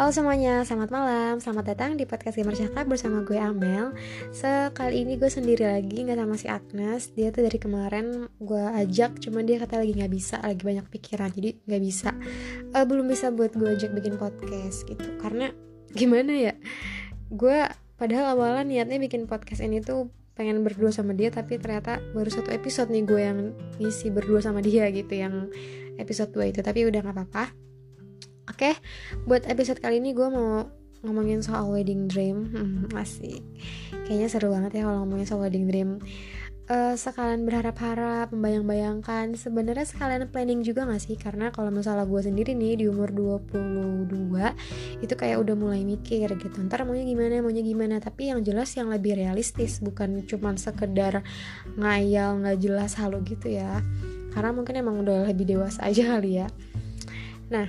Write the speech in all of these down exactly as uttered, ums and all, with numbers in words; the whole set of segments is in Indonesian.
Halo semuanya, selamat malam. Selamat datang di podcast Gamer Cakap bersama gue Amel. Sekali ini gue sendiri lagi, gak sama si Agnes. Dia tuh dari kemarin gue ajak, cuman dia kata lagi gak bisa, lagi banyak pikiran, jadi gak bisa uh, Belum bisa buat gue ajak bikin podcast gitu. Karena gimana ya, gue padahal awalan niatnya bikin podcast ini tuh pengen berdua sama dia, tapi ternyata baru satu episode nih gue yang ngisi berdua sama dia gitu, yang episode dua itu. Tapi udah gak apa-apa. Oke, okay, buat episode kali ini gue mau ngomongin soal wedding dream. hmm, Asik, kayaknya seru banget ya kalau ngomongin soal wedding dream. uh, Sekalian berharap-harap, membayang-bayangkan. Sebenarnya sekalian planning juga gak sih? Karena kalau misalnya gue sendiri nih di umur dua puluh dua, itu kayak udah mulai mikir gitu, ntar maunya gimana, maunya gimana. Tapi yang jelas yang lebih realistis, bukan cuman sekedar ngayal gak jelas halu gitu ya. Karena mungkin emang udah lebih dewasa aja kali ya. Nah,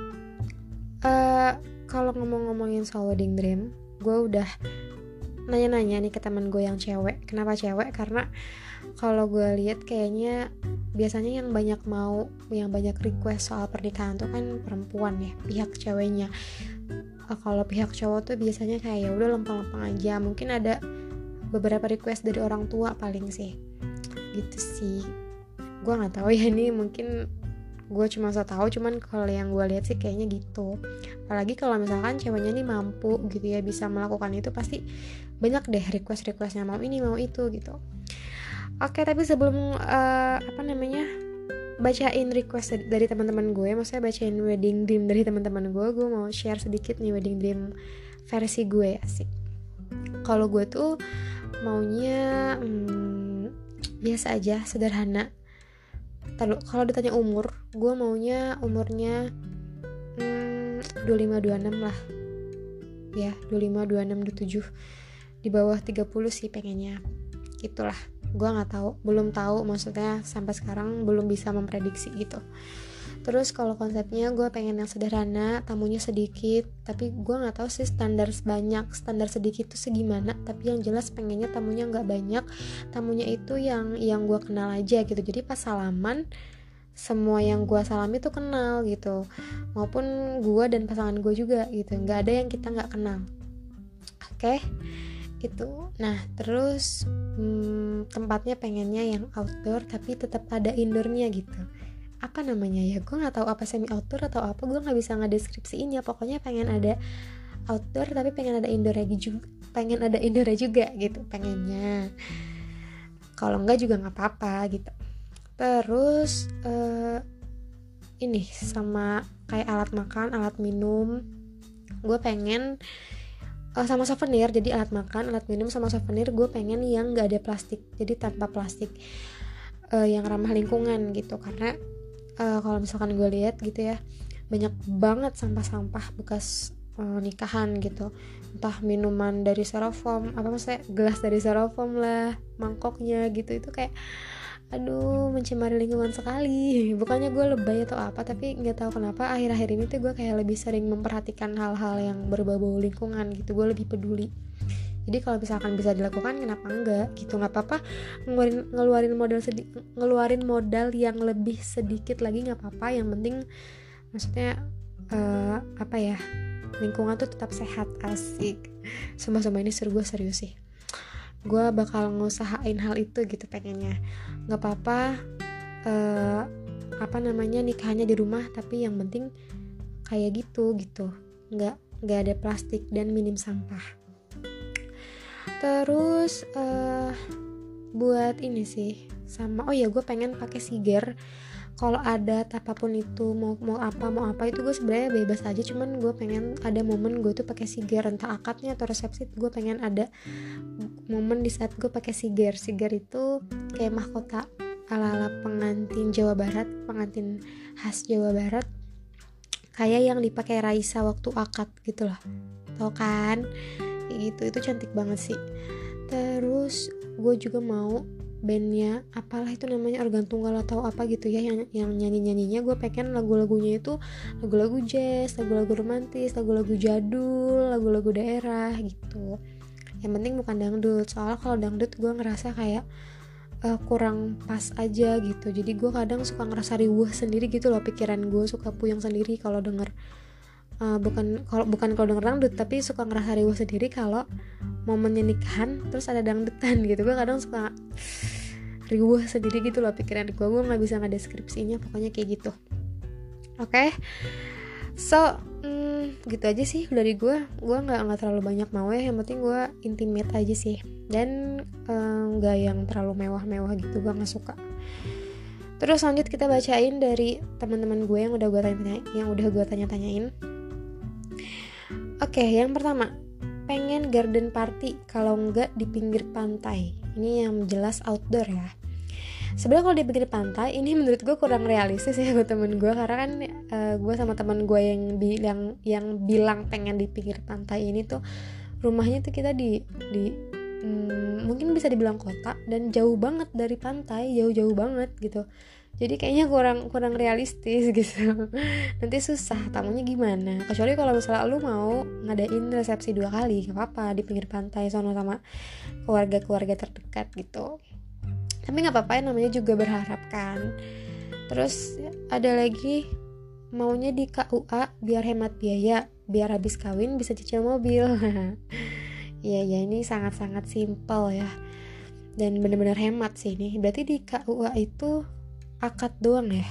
Uh, kalau ngomong-ngomongin soal wedding dream, gue udah nanya-nanya nih ke teman gue yang cewek. Kenapa cewek? Karena kalau gue lihat kayaknya biasanya yang banyak mau, yang banyak request soal pernikahan tuh kan perempuan ya, pihak ceweknya. Uh, kalau pihak cowok tuh biasanya kayak ya udah lempeng-lempeng aja. Mungkin ada beberapa request dari orang tua paling sih, gitu sih. Gue nggak tahu ya, ini mungkin gue cuma so tahu, cuman kalau yang gue lihat sih kayaknya gitu. Apalagi kalau misalkan ceweknya nih mampu gitu ya, bisa melakukan itu, pasti banyak deh request-requestnya, mau ini mau itu gitu. Oke, tapi sebelum uh, apa namanya bacain request dari teman-teman gue, maksudnya bacain wedding dream dari teman-teman gue, gue mau share sedikit nih wedding dream versi gue. Asik. Kalau gue tuh maunya hmm, biasa aja, sederhana. Kalau ditanya umur, gue maunya umurnya hmm, dua puluh lima dua puluh enam lah. Ya, dua puluh lima, dua puluh enam, dua puluh tujuh. Di bawah tiga puluh sih pengennya. Gitulah. Gue gak tahu, belum tahu, maksudnya sampai sekarang belum bisa memprediksi gitu. Terus kalau konsepnya gue pengen yang sederhana, tamunya sedikit, tapi gue nggak tahu sih standar banyak, standar sedikit tuh segimana. Tapi yang jelas pengennya tamunya nggak banyak, tamunya itu yang yang gue kenal aja gitu. Jadi pas salaman, semua yang gue salami tuh kenal gitu, maupun gue dan pasangan gue juga gitu, nggak ada yang kita nggak kenal. Oke, okay? Itu. Nah terus hmm, tempatnya pengennya yang outdoor, tapi tetap ada indoornya gitu. Apa namanya ya, gue nggak tahu apa semi outdoor atau apa, gue nggak bisa ngedeskripsiin ya. Pokoknya pengen ada outdoor tapi pengen ada indoornya juga, pengen ada indoornya juga gitu pengennya. Kalau enggak juga nggak apa-apa gitu. Terus uh, ini sama kayak alat makan, alat minum, gue pengen uh, sama souvenir. Jadi alat makan, alat minum sama souvenir gue pengen yang nggak ada plastik, jadi tanpa plastik, uh, yang ramah lingkungan gitu. Karena Uh, kalau misalkan gue lihat gitu ya, banyak banget sampah-sampah bekas uh, nikahan gitu. Entah minuman dari styrofoam, apa maksudnya gelas dari styrofoam lah, mangkoknya gitu. Itu kayak aduh, mencemari lingkungan sekali. Bukannya gue lebay atau apa, tapi gak tahu kenapa akhir-akhir ini tuh gue kayak lebih sering memperhatikan hal-hal yang berbau-bau lingkungan gitu. Gue lebih peduli. Jadi kalau misalkan bisa dilakukan, kenapa enggak gitu. Nggak apa-apa ngeluarin ngeluarin modal sedi- ngeluarin modal yang lebih sedikit lagi, nggak apa-apa. Yang penting maksudnya uh, apa ya, lingkungan tuh tetap sehat. Asik. Sumpah-sumpah ini seru, gue serius sih. Gue bakal ngusahain hal itu gitu pengennya. Nggak apa-apa uh, apa namanya nikahnya di rumah, tapi yang penting kayak gitu gitu. Nggak nggak ada plastik dan minim sampah. Terus uh, buat ini sih sama, oh ya gue pengen pakai siger. Kalau ada apapun itu, mau mau apa mau apa itu gue sebenarnya bebas aja, cuman gue pengen ada momen gue tuh pakai siger, entah akadnya atau resepsi. Gue pengen ada momen di saat gue pakai siger. Siger itu kayak mahkota ala-ala pengantin Jawa Barat, pengantin khas Jawa Barat, kayak yang dipakai Raisa waktu akad gitu loh, tau kan? Gitu, itu cantik banget sih. Terus gue juga mau bandnya, apalah itu namanya, organ tunggal atau apa gitu ya, yang yang nyanyi-nyanyinya gue pengen lagu-lagunya itu lagu-lagu jazz, lagu-lagu romantis, lagu-lagu jadul, lagu-lagu daerah gitu. Yang penting bukan dangdut, soalnya kalau dangdut gue ngerasa kayak uh, kurang pas aja gitu. Jadi gue kadang suka ngerasa riuh sendiri gitu loh, pikiran gue suka puyeng sendiri kalau denger uh, bukan kalau bukan kalau denger dangdut, tapi suka ngerasa riuh sendiri kalau momennya nikahan terus ada dangdutan gitu. Gue kadang suka riuh sendiri gitu loh pikiran gue, gue nggak bisa ngedeskripsinya, pokoknya kayak gitu. Oke, okay? So hmm, gitu aja sih dari gue. Gue nggak nggak terlalu banyak mau ya, yang penting gue intimate aja sih, dan nggak uh, yang terlalu mewah-mewah gitu, gue nggak suka. Terus lanjut kita bacain dari teman-teman gue yang udah gue tanya yang udah gue tanya-tanyain. Oke, okay, yang pertama, pengen garden party, kalau enggak di pinggir pantai. Ini yang jelas outdoor ya. Sebenarnya kalau di pinggir pantai ini menurut gue kurang realistis ya buat temen gue, karena kan uh, gue sama teman gue yang bilang yang bilang pengen di pinggir pantai ini tuh rumahnya tuh kita di di hmm, mungkin bisa dibilang kota dan jauh banget dari pantai, jauh-jauh banget gitu. Jadi kayaknya kurang kurang realistis gitu. Nanti susah tamunya gimana. Kecuali kalau misalnya lu mau ngadain resepsi dua kali, gak apa-apa di pinggir pantai sono sama keluarga-keluarga terdekat gitu. Tapi gak apa-apa ya, namanya juga berharap kan. Terus ada lagi, maunya di K U A biar hemat biaya, biar habis kawin bisa cicil mobil. Iya ya, ini sangat-sangat simpel ya, dan benar-benar hemat sih ini. Berarti di K U A itu akad doang ya?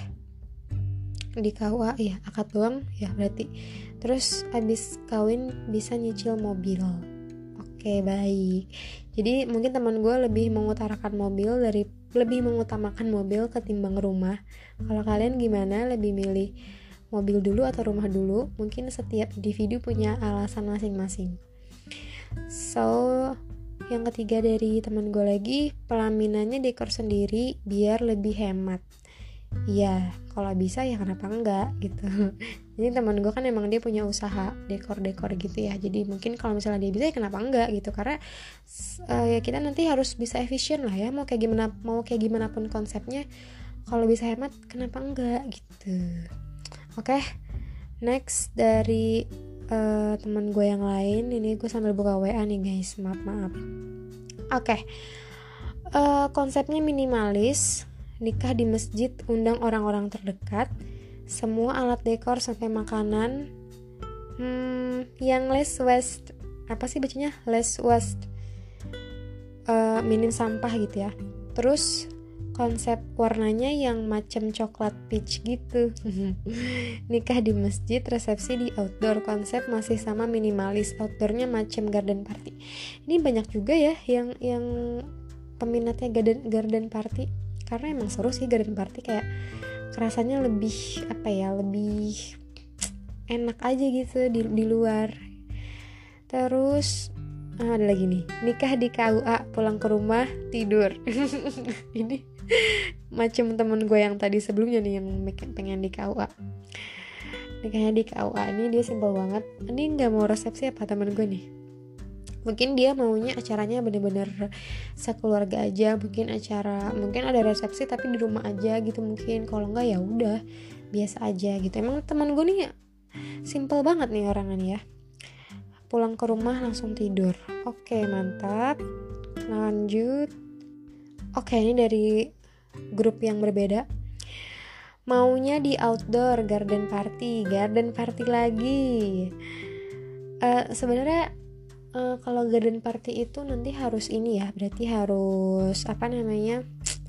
Di K U A ya akad doang ya berarti. Terus habis kawin bisa nyicil mobil. Oke, baik. Jadi mungkin teman gue lebih mengutarakan mobil dari lebih mengutamakan mobil ketimbang rumah. Kalau kalian gimana? Lebih milih mobil dulu atau rumah dulu? Mungkin setiap individu punya alasan masing-masing. So, yang ketiga dari teman gue lagi, pelaminannya dekor sendiri biar lebih hemat. Iya, kalau bisa ya kenapa enggak gitu. Jadi teman gue kan emang dia punya usaha dekor-dekor gitu ya. Jadi mungkin kalau misalnya dia bisa ya kenapa enggak gitu. Karena uh, ya kita nanti harus bisa efisien lah ya. Mau kayak gimana mau kayak gimana pun konsepnya, kalau bisa hemat kenapa enggak gitu. Oke, okay. Next dari uh, teman gue yang lain. Ini gue sambil buka W A nih guys. Maaf maaf. Oke, okay. uh, konsepnya minimalis. Nikah di masjid, undang orang-orang terdekat, semua alat dekor sampai makanan, hmm, yang less waste, apa sih bacanya? Less waste, uh, minim sampah gitu ya. Terus konsep warnanya yang macam coklat peach gitu. Nikah di masjid, resepsi di outdoor, konsep masih sama minimalis, outdoornya macam garden party. Ini banyak juga ya yang yang peminatnya garden garden party. Karena emang seru sih garden party, kayak kerasanya lebih apa ya, lebih enak aja gitu di, di luar. Terus ah, ada lagi nih, nikah di K U A, pulang ke rumah tidur. Ini macam temen gue yang tadi sebelumnya nih yang pengen di K U A. Nikahnya di K U A ini dia simpel banget. Ini nggak mau resepsi apa temen gue nih? Mungkin dia maunya acaranya bener-bener sekeluarga aja, mungkin acara mungkin ada resepsi tapi di rumah aja gitu mungkin. Kalau enggak ya udah biasa aja gitu. Emang teman gue nih simple banget nih orangnya ya. Pulang ke rumah langsung tidur. Oke, mantap. Lanjut. Oke, ini dari grup yang berbeda. Maunya di outdoor, garden party, garden party lagi. Uh, sebenarnya Uh, kalau garden party itu nanti harus ini ya, berarti harus apa namanya,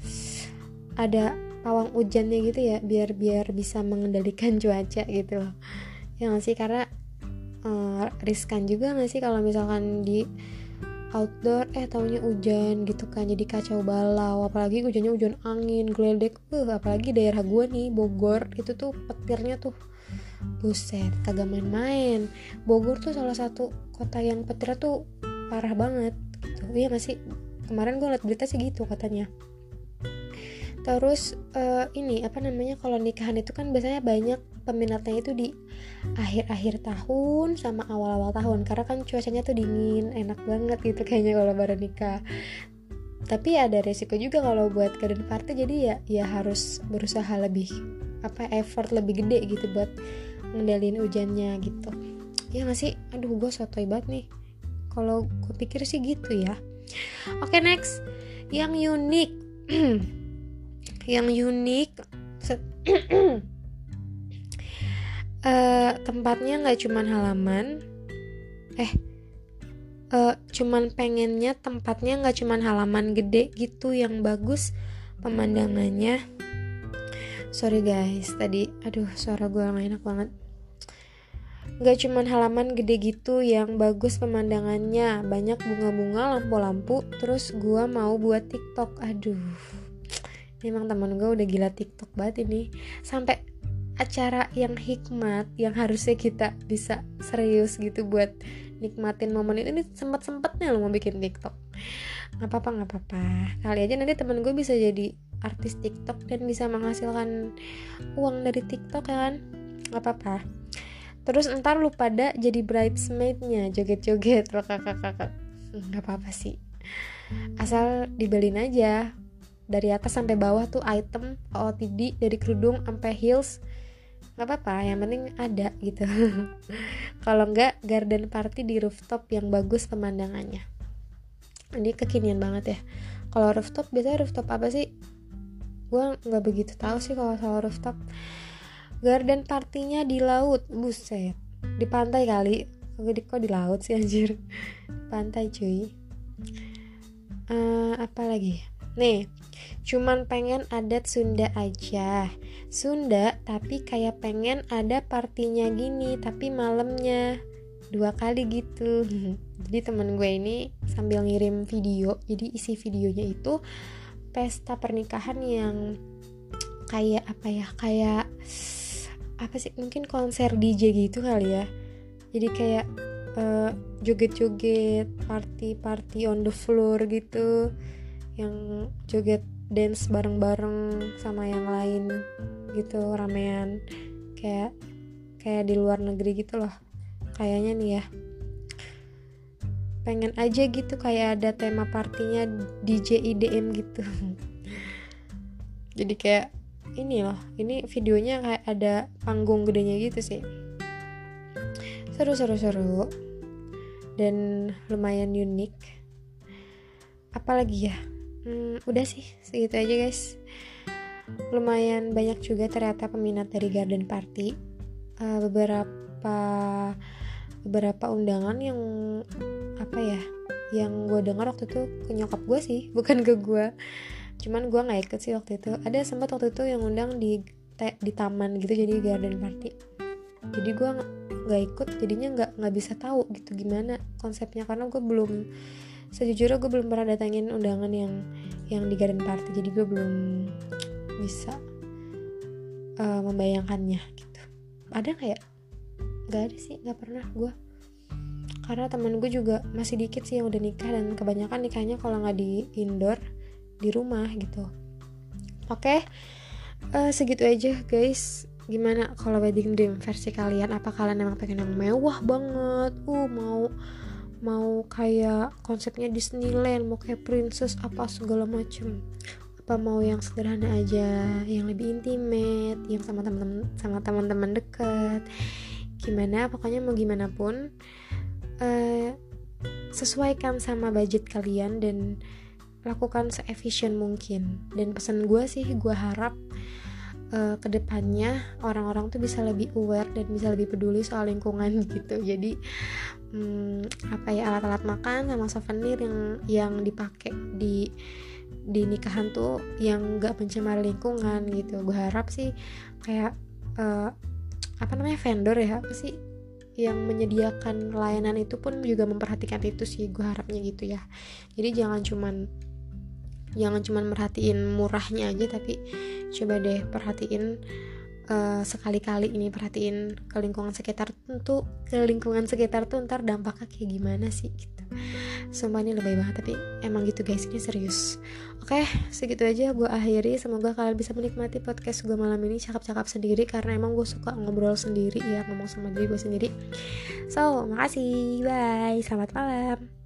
ada pawang hujannya gitu ya, biar biar bisa mengendalikan cuaca gitu loh. Ya nggak sih, karena uh, riskan juga nggak sih kalau misalkan di outdoor eh taunya hujan gitu kan, jadi kacau balau. Apalagi hujannya hujan angin geledek, uh apalagi daerah gue nih Bogor itu tuh petirnya tuh buset, kagak main-main. Bogor tuh salah satu kota yang petirnya tuh parah banget gitu. Iya gak sih? Kemarin gue liat berita sih gitu katanya. Terus uh, ini apa namanya, kalau nikahan itu kan biasanya banyak peminatnya itu di akhir-akhir tahun sama awal-awal tahun, karena kan cuacanya tuh dingin, enak banget gitu kayaknya kalau baru nikah. Tapi ada resiko juga kalau buat garden party, jadi ya ya harus berusaha lebih apa effort lebih gede gitu buat ngendalin hujannya gitu. Ya gak sih? Aduh, gue sotoy banget nih. Kalau gue pikir sih gitu ya. Oke, okay, next. Yang unik. Yang unik. uh, tempatnya nggak cuman halaman, eh uh, cuman pengennya tempatnya nggak cuman halaman gede gitu yang bagus pemandangannya. Sorry guys, tadi aduh suara gue gak enak banget. Gak cuman halaman gede gitu yang bagus pemandangannya, banyak bunga-bunga, lampu-lampu, terus gue mau buat TikTok. Aduh, memang teman gue udah gila TikTok banget ini. Sampai acara yang hikmat, yang harusnya kita bisa serius gitu buat nikmatin momen itu, ini sempet-sempetnya lo mau bikin TikTok. Gak apa-apa, gak apa-apa. Kali aja nanti temen gue bisa jadi artis TikTok dan bisa menghasilkan uang dari TikTok kan. Gak apa-apa. Terus ntar lu pada jadi bridesmaid-nya, joget-joget lo kakak-kakak. Gak apa-apa sih, asal dibeliin aja dari atas sampai bawah tuh item O O T D, dari kerudung sampai heels. Gak apa-apa, yang penting ada gitu. Kalau enggak, garden party di rooftop yang bagus pemandangannya. Ini kekinian banget ya. Kalau rooftop, biasanya rooftop apa sih? Gue gak begitu tahu sih kalau soal rooftop. Garden partinya di laut, buset. Di pantai kali. Kok di laut sih anjir. Pantai cuy. uh, Apa lagi? Nih, cuman pengen adat Sunda aja. Sunda tapi kayak pengen ada partinya gini, tapi malamnya dua kali gitu. Jadi temen gue ini sambil ngirim video. Jadi isi videonya itu pesta pernikahan yang kayak apa ya, kayak apa sih, mungkin konser D J gitu kali ya. Jadi kayak uh, joget-joget, party-party on the floor gitu, yang joget dance bareng-bareng sama yang lain gitu, ramean, kayak kayak di luar negeri gitu loh kayaknya nih ya. Pengen aja gitu kayak ada tema partinya D J I D M gitu. Jadi kayak ini loh, ini videonya kayak ada panggung gedenya gitu sih. Seru-seru-seru dan lumayan unik. Apalagi ya, hmm, udah sih segitu aja guys. Lumayan banyak juga ternyata peminat dari garden party. uh, beberapa beberapa undangan yang apa ya, yang gue dengar waktu itu ke nyokap gue sih, bukan ke gue. Cuman gue nggak ikut sih waktu itu. Ada sempat waktu itu yang undang di te, di taman gitu, jadi garden party. Jadi gue nggak ikut, jadinya nggak nggak bisa tahu gitu gimana konsepnya, karena gue belum, sejujurnya gue belum pernah datangin undangan yang yang di garden party. Jadi gue belum bisa uh, membayangkannya gitu. Ada nggak ya? Nggak ada sih, nggak pernah gue. Karena temen gue juga masih dikit sih yang udah nikah, dan kebanyakan nikahnya kalau nggak di indoor, di rumah gitu. Oke, uh, segitu aja guys. Gimana kalau wedding dream versi kalian? Apa kalian emang pengen yang mewah banget? Uh mau mau kayak konsepnya Disneyland, mau kayak princess apa segala macem? Apa mau yang sederhana aja, yang lebih intimate, yang sama teman-teman sama teman-teman dekat? Gimana? Pokoknya mau gimana pun, uh, sesuaikan sama budget kalian dan lakukan se-efisien mungkin. Dan pesan gue sih, gue harap uh, kedepannya orang-orang tuh bisa lebih aware dan bisa lebih peduli soal lingkungan gitu. Jadi um, apa ya, alat-alat makan sama souvenir yang yang dipakai di di nikahan tuh yang nggak mencemari lingkungan gitu. Gue harap sih kayak uh, apa namanya, vendor ya, apa sih yang menyediakan layanan itu pun juga memperhatikan itu sih, gue harapnya gitu ya. Jadi jangan cuman jangan cuman merhatiin murahnya aja, tapi coba deh perhatiin uh, sekali-kali ini, perhatiin ke lingkungan sekitar tuh, ke lingkungan sekitar tuh ntar dampaknya kayak gimana sih gitu. Sumpah ini lebay banget, tapi emang gitu guys, ini serius. Oke, segitu aja gue akhiri. Semoga kalian bisa menikmati podcast gue malam ini, cakap-cakap sendiri, karena emang gue suka ngobrol sendiri ya, ngomong sama diri gue sendiri. So, makasih, bye, selamat malam.